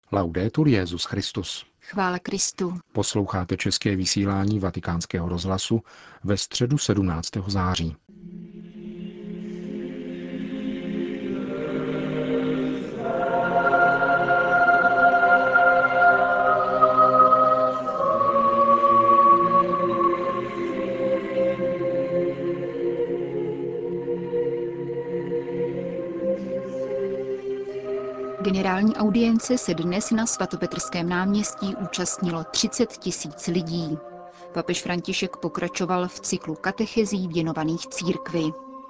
Laudetur Jesus Christus. Chvála Kristu. Posloucháte české vysílání Vatikánského rozhlasu ve středu 17. září. Generální audience se dnes na svatopetrském náměstí účastnilo 30 000 lidí. Papež František pokračoval v cyklu katechezí věnovaných církvi.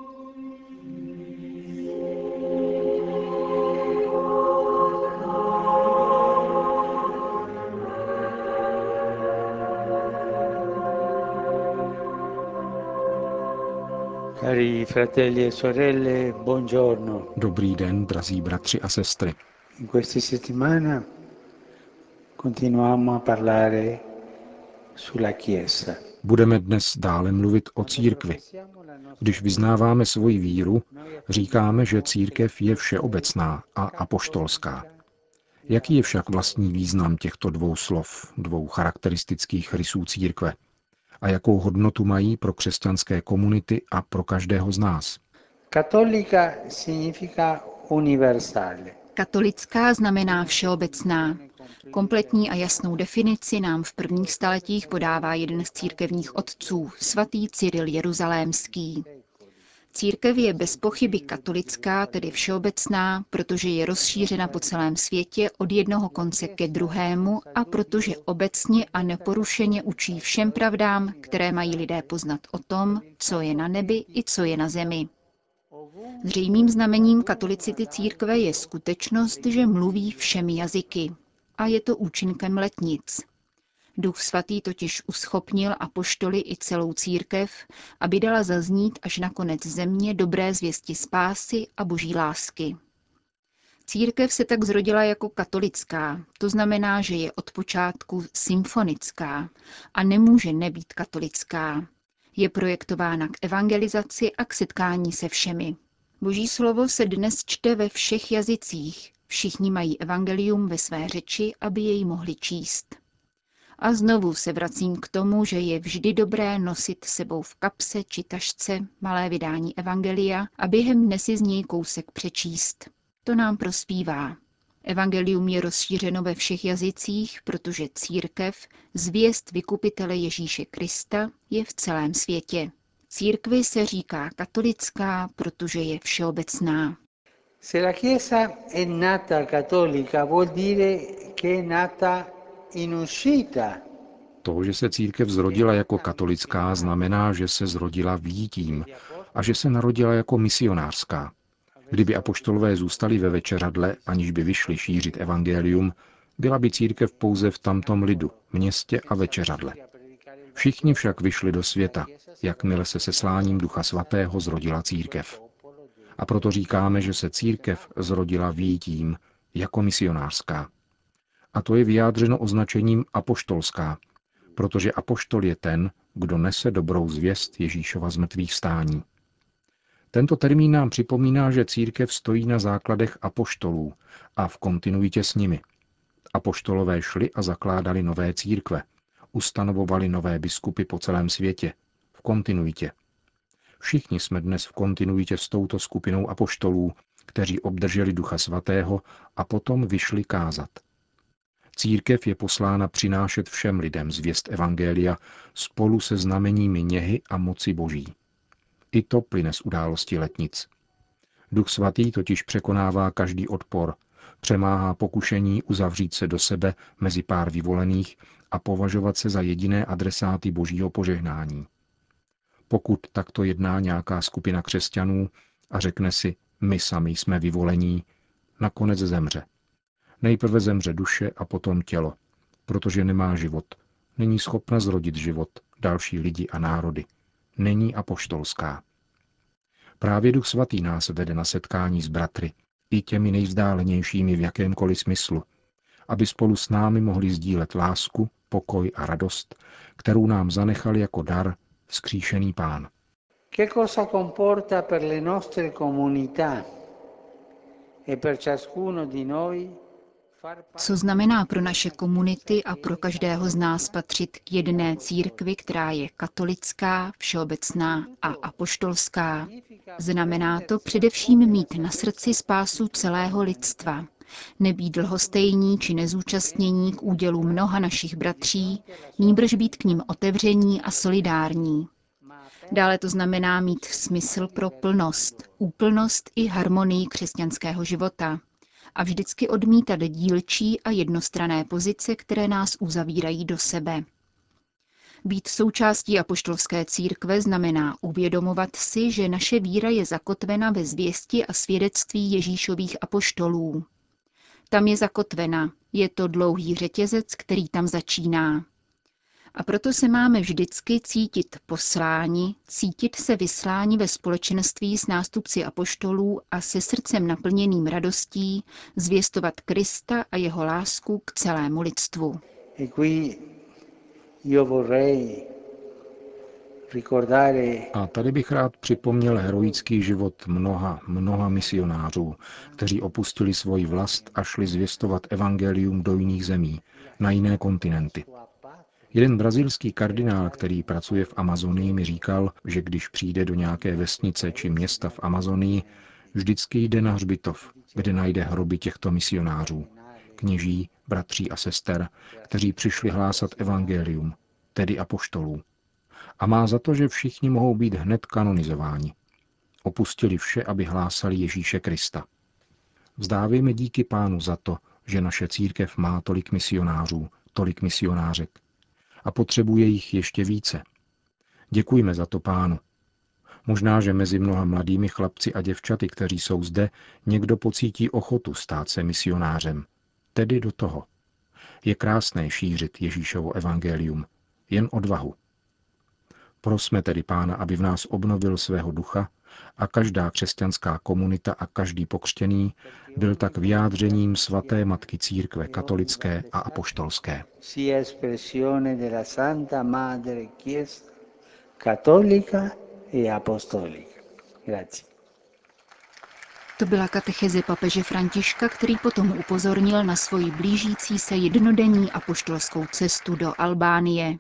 Cari fratelli e sorelle, buongiorno. Dobrý den, drazí bratři a sestry. In questa settimana continuiamo a parlare sulla Chiesa. Budeme dnes dále mluvit o církvi. Když vyznáváme svoji víru, říkáme, že církev je všeobecná a apoštolská. Jaký je však vlastní význam těchto dvou slov, dvou charakteristických rysů církve? A jakou hodnotu mají pro křesťanské komunity a pro každého z nás? Cattolica significa universale. Katolická znamená všeobecná. Kompletní a jasnou definici nám v prvních staletích podává jeden z církevních otců, svatý Cyril Jeruzalémský. Církev je bez pochyby katolická, tedy všeobecná, protože je rozšířena po celém světě od jednoho konce ke druhému a protože obecně a neporušeně učí všem pravdám, které mají lidé poznat o tom, co je na nebi i co je na zemi. Zřejmým znamením katolicity církve je skutečnost, že mluví všemi jazyky. A je to účinkem letnic. Duch svatý totiž uschopnil apoštoly i celou církev, aby dala zaznít až na konec země dobré zvěsti spásy a boží lásky. Církev se tak zrodila jako katolická, to znamená, že je od počátku symfonická a nemůže nebýt katolická. Je projektována k evangelizaci a k setkání se všemi. Boží slovo se dnes čte ve všech jazycích. Všichni mají evangelium ve své řeči, aby jej mohli číst. A znovu se vracím k tomu, že je vždy dobré nosit sebou v kapse či tašce malé vydání evangelia a během dne si z něj kousek přečíst. To nám prospívá. Evangelium je rozšířeno ve všech jazycích, protože církev, zvěst vykupitele Ježíše Krista, je v celém světě. Církvi se říká katolická, protože je všeobecná. Se la Chiesa è nata cattolica vuol dire che è nata in uscita. To, že se církev zrodila jako katolická, znamená, že se zrodila výjitím a že se narodila jako misionářská. Kdyby apoštolové zůstali ve večeřadle, aniž by vyšli šířit evangelium, byla by církev pouze v tamtom lidu, městě a večeřadle. Všichni však vyšli do světa, jakmile se sesláním Ducha Svatého zrodila církev. A proto říkáme, že se církev zrodila výjitím jako misionářská. A to je vyjádřeno označením apoštolská, protože apoštol je ten, kdo nese dobrou zvěst Ježíšova zmrtvýchvstání. Tento termín nám připomíná, že církev stojí na základech apoštolů a v kontinuitě s nimi. Apoštolové šli a zakládali nové církve, ustanovovali nové biskupy po celém světě, v kontinuitě. Všichni jsme dnes v kontinuitě s touto skupinou apoštolů, kteří obdrželi Ducha Svatého a potom vyšli kázat. Církev je poslána přinášet všem lidem zvěst evangelia spolu se znameními něhy a moci Boží. I to plyne z události letnic. Duch Svatý totiž překonává každý odpor, přemáhá pokušení uzavřít se do sebe mezi pár vyvolených a považovat se za jediné adresáty Božího požehnání. Pokud takto jedná nějaká skupina křesťanů a řekne si, my sami jsme vyvolení, nakonec zemře. Nejprve zemře duše a potom tělo, protože nemá život, není schopna zrodit život, další lidi a národy. Není apoštolská. Právě Duch Svatý nás vede na setkání s bratry, i těmi nejvzdálenějšími v jakémkoliv smyslu, aby spolu s námi mohli sdílet lásku, pokoj a radost, kterou nám zanechal jako dar vzkříšený Pán. Che cosa comporta per le nostre comunità e per ciascuno di noi Co znamená pro naše komunity a pro každého z nás patřit k jedné církvi, která je katolická, všeobecná a apoštolská? Znamená to především mít na srdci spásu celého lidstva, nebýt lhostejní či nezúčastnění k údělu mnoha našich bratří, nýbrž být k nim otevření a solidární. Dále to znamená mít smysl pro plnost, úplnost i harmonii křesťanského života a vždycky odmítat dílčí a jednostranné pozice, které nás uzavírají do sebe. Být součástí apoštolské církve znamená uvědomovat si, že naše víra je zakotvena ve zvěsti a svědectví Ježíšových apoštolů. Tam je zakotvena, je to dlouhý řetězec, který tam začíná. A proto se máme vždycky cítit posláni, cítit se vysláni ve společenství s nástupci apoštolů a se srdcem naplněným radostí zvěstovat Krista a jeho lásku k celému lidstvu. A tady bych rád připomněl heroický život mnoha misionářů, kteří opustili svoji vlast a šli zvěstovat evangelium do jiných zemí, na jiné kontinenty. Jeden brazilský kardinál, který pracuje v Amazonii, mi říkal, že když přijde do nějaké vesnice či města v Amazonii, vždycky jde na hřbitov, kde najde hroby těchto misionářů, kněží, bratří a sester, kteří přišli hlásat evangelium, tedy apoštolů. A má za to, že všichni mohou být hned kanonizováni. Opustili vše, aby hlásali Ježíše Krista. Vzdávejme díky Pánu za to, že naše církev má tolik misionářů, tolik misionářek. A potřebuje jich ještě více. Děkujme za to Pánu. Možná, že mezi mnoha mladými chlapci a děvčaty, kteří jsou zde, někdo pocítí ochotu stát se misionářem. Tedy do toho. Je krásné šířit Ježíšovo evangelium. Jen odvahu. Prosme tedy Pána, aby v nás obnovil svého ducha a každá křesťanská komunita a každý pokřtěný byl tak vyjádřením svaté matky církve katolické a apoštolské. To byla katecheze papeže Františka, který potom upozornil na svoji blížící se jednodenní apoštolskou cestu do Albánie.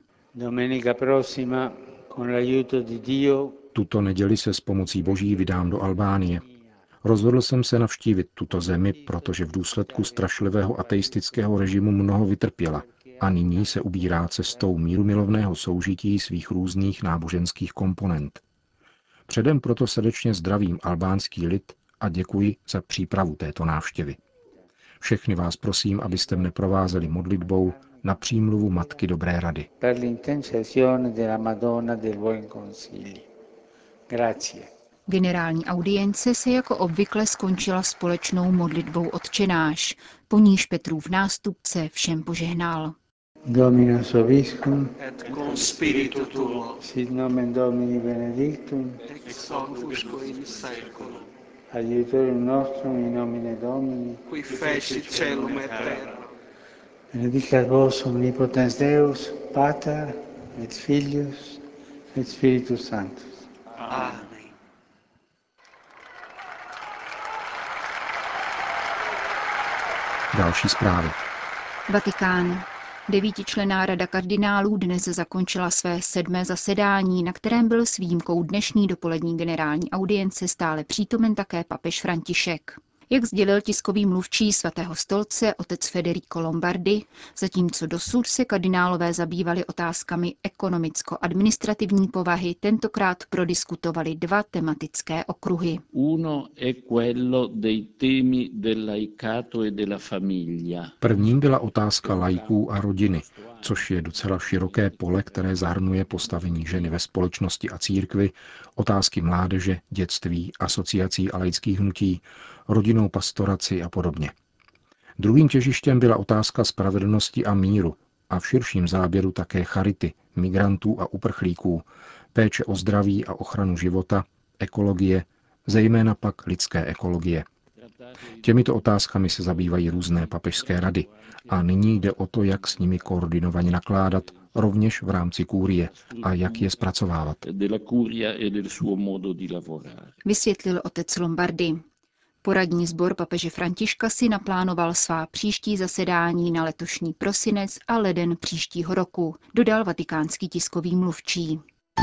Tuto neděli se s pomocí Boží vydám do Albánie. Rozhodl jsem se navštívit tuto zemi, protože v důsledku strašlivého ateistického režimu mnoho vytrpěla a nyní se ubírá cestou mírumilovného soužití svých různých náboženských komponent. Předem proto srdečně zdravím albánský lid a děkuji za přípravu této návštěvy. Všechny vás prosím, abyste mne provázeli modlitbou na přímluvu Matky Dobré rady. Generální audience se jako obvykle skončila společnou modlitbou Otčenáš, po níž Petrův nástupce všem požehnal. Dominus vobiscum, et cum spiritu tuo, sit nomen Domini benedictum, ex hoc usque in saeculum, adiutorium nostrum in nomine Domini, qui fecit caelum et terra. benedicat vos omnipotens Deus, Pater et Filius et Spiritus Sanctus. Amen. Další zprávy. Vatikán. 9členná rada kardinálů dnes zakončila své 7. zasedání, na kterém byl s výjimkou dnešní dopolední generální audience stále přítomen také papež František. Jak sdělil tiskový mluvčí Svatého stolce otec Federico Lombardi, zatímco dosud se kardinálové zabývali otázkami ekonomicko-administrativní povahy, tentokrát prodiskutovali 2 tematické okruhy. Prvním byla otázka laiků a rodiny, což je docela široké pole, které zahrnuje postavení ženy ve společnosti a církvi, otázky mládeže, dětství, asociací a laických hnutí, rodinnou pastoraci a podobně. Druhým těžištěm byla otázka spravedlnosti a míru a v širším záběru také charity, migrantů a uprchlíků, péče o zdraví a ochranu života, ekologie, zejména pak lidské ekologie. Těmito otázkami se zabývají různé papežské rady a nyní jde o to, jak s nimi koordinovaně nakládat, rovněž v rámci kúrie a jak je zpracovávat. Vysvětlil otec Lombardi. Poradní sbor papeže Františka si naplánoval svá příští zasedání na letošní prosinec a leden příštího roku, dodal vatikánský tiskový mluvčí.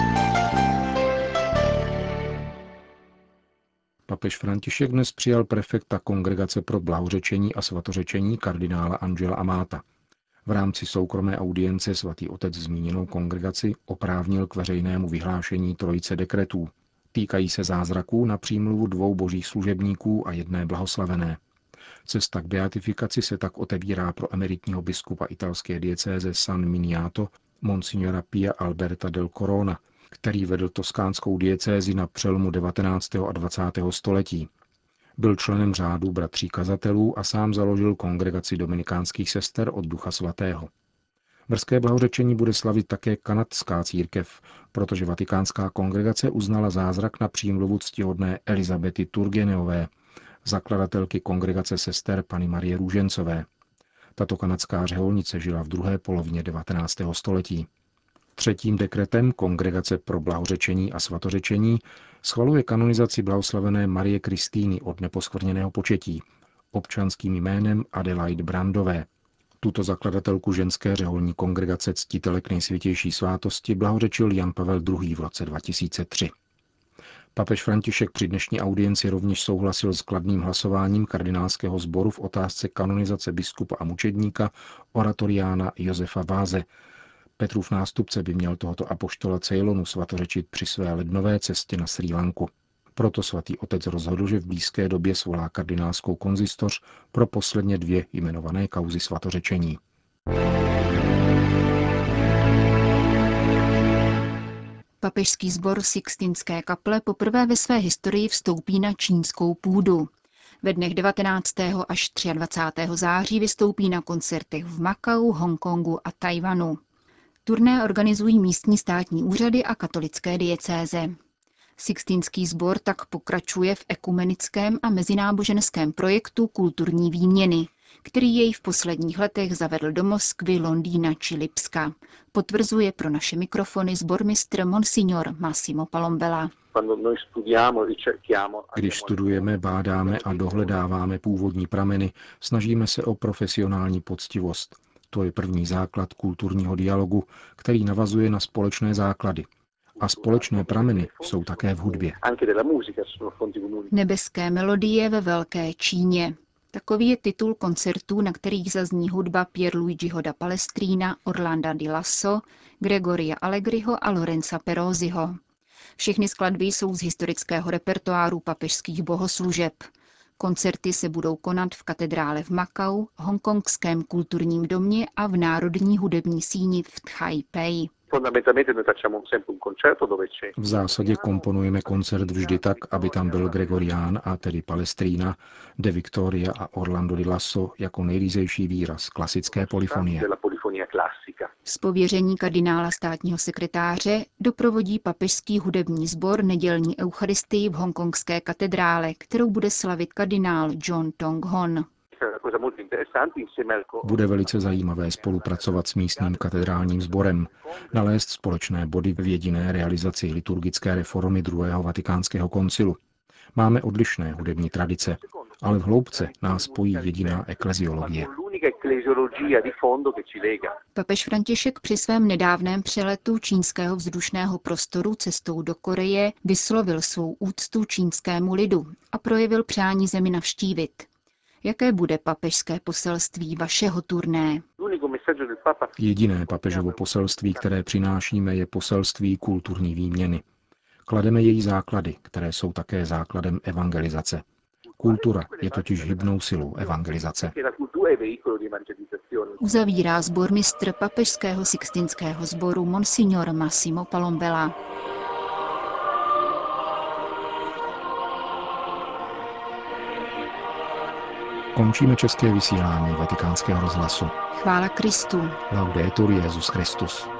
Papež František dnes přijal prefekta Kongregace pro blahořečení a svatořečení kardinála Angela Amáta. V rámci soukromé audience svatý otec zmíněnou kongregaci oprávnil k veřejnému vyhlášení trojice dekretů. Týkají se zázraků na přímluvu 2 božích služebníků a 1 blahoslavené. Cesta k beatifikaci se tak otevírá pro emeritního biskupa italské diecéze San Miniato, monsignora Pia Alberta del Corona, který vedl toskánskou diecézi na přelomu 19. a 20. století. Byl členem řádu bratří kazatelů a sám založil kongregaci dominikánských sester od Ducha svatého. Brzké blahořečení bude slavit také kanadská církev, protože vatikánská kongregace uznala zázrak na přímluvu ctihodné Elizabety Turgeneové, zakladatelky kongregace sester Panny Marie Růžencové. Tato kanadská řeholnice žila v druhé polovině 19. století. 3. dekretem Kongregace pro blahořečení a svatořečení schvaluje kanonizaci blahoslavené Marie Kristýny od neposkvrněného početí, občanským jménem Adelaide Brandové. Tuto zakladatelku ženské řeholní kongregace ctitelek nejsvětější svátosti blahořečil Jan Pavel II. V roce 2003. Papež František při dnešní audienci rovněž souhlasil s kladným hlasováním kardinálského sboru v otázce kanonizace biskupa a mučedníka oratoriána Josefa Váze. Petrův nástupce by měl tohoto apoštola Ceylonu svatořečit při své lednové cestě na Srí Lanku. Proto svatý otec rozhodl, že v blízké době svolá kardinálskou konzistoř pro posledně 2 jmenované kauzy svatořečení. Papežský sbor Sixtinské kaple poprvé ve své historii vstoupí na čínskou půdu. Ve dnech 19. až 23. září vystoupí na koncertech v Makau, Hongkongu a Tajvanu. Turné organizují místní státní úřady a katolické diecéze. Sixtinský sbor tak pokračuje v ekumenickém a mezináboženském projektu kulturní výměny, který jej v posledních letech zavedl do Moskvy, Londýna či Lipska. Potvrzuje pro naše mikrofony sbormistr Monsignor Massimo Palombella. Když studujeme, bádáme a dohledáváme původní prameny, snažíme se o profesionální poctivost. To je první základ kulturního dialogu, který navazuje na společné základy. A společné prameny jsou také v hudbě. Nebeské melodie ve Velké Číně. Takový je titul koncertů, na kterých zazní hudba Pierluigiho da Palestrina, Orlanda di Lasso, Gregoria Allegriho a Lorenza Peroziho. Všechny skladby jsou z historického repertoáru papežských bohoslužeb. Koncerty se budou konat v katedrále v Makau, hongkongském kulturním domě a v Národní hudební síni v Taipei. V zásadě komponujeme koncert vždy tak, aby tam byl Gregorián, a tedy Palestrina, De Victoria a Orlando di Lasso jako nejrýzejší výraz klasické polyfonie. Z pověření kardinála státního sekretáře doprovodí papežský hudební sbor nedělní eucharistii v hongkongské katedrále, kterou bude slavit kardinál John Tong Hon. Bude velice zajímavé spolupracovat s místním katedrálním sborem, nalézt společné body v jediné realizaci liturgické reformy druhého vatikánského koncilu. Máme odlišné hudební tradice, ale v hloubce nás spojí jediná ekleziologie. Papež František při svém nedávném přeletu čínského vzdušného prostoru cestou do Koreje vyslovil svou úctu čínskému lidu a projevil přání zemi navštívit. Jaké bude papežské poselství vašeho turné? Jediné papežovo poselství, které přinášíme, je poselství kulturní výměny. Klademe její základy, které jsou také základem evangelizace. Kultura je totiž hybnou silou evangelizace. Uzavírá sbormistr papežského sixtinského sboru Monsignor Massimo Palombella. Končíme české vysílání Vatikánského rozhlasu. Chvála Kristu. Laudetur Jesus Christus.